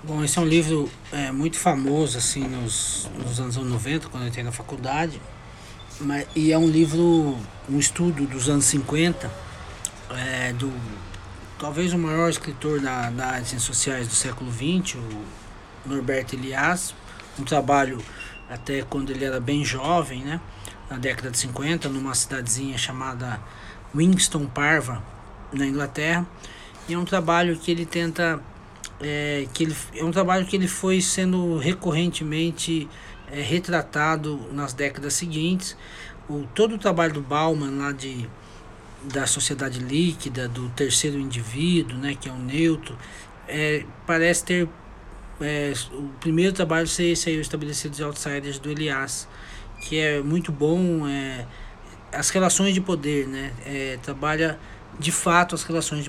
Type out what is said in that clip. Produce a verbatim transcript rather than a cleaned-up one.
Bom, esse é um livro é, muito famoso assim nos, nos anos noventa, quando eu entrei na faculdade, mas, e é um livro, um estudo dos anos cinquenta, é, do talvez o maior escritor da, da área de ciências sociais do século vinte, o Norberto Elias, um trabalho até quando ele era bem jovem, né, na década de cinquenta, numa cidadezinha chamada Winston Parva, na Inglaterra, e é um trabalho que ele tenta é, que ele, é um trabalho que ele foi sendo recorrentemente é, retratado nas décadas seguintes. O, todo o trabalho do Bauman lá de, da sociedade líquida, do terceiro indivíduo, né, que é o neutro, é, parece ter é, o primeiro trabalho ser esse aí, o Estabelecidos Outsiders do Elias, que é muito bom, é, as relações de poder, né, é, trabalha de fato as relações